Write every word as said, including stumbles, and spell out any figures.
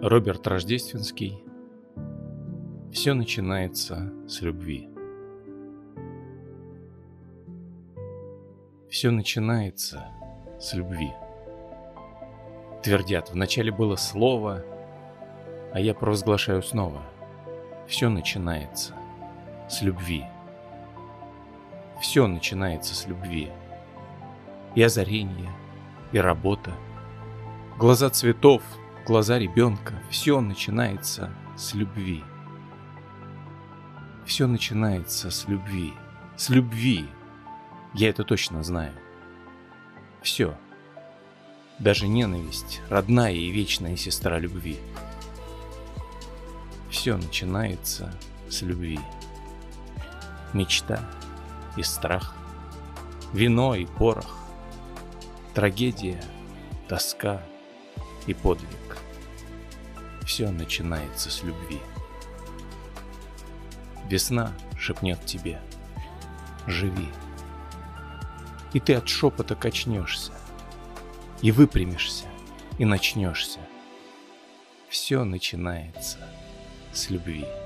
Роберт Рождественский. Все начинается с любви. Все начинается с любви. Твердят, вначале было слово, а я провозглашаю снова. Все начинается с любви. Все начинается с любви. И озарение, и работа, глаза цветов, глаза ребенка. Все начинается с любви. Все начинается с любви. С любви. Я это точно знаю. Все. Даже ненависть, родная и вечная сестра любви. Все начинается с любви. Мечта и страх, вино и порох, трагедия, тоска и подвиг. Все начинается с любви. Весна шепнет тебе: живи. И ты от шепота качнешься, и выпрямишься, и начнешься. Все начинается с любви.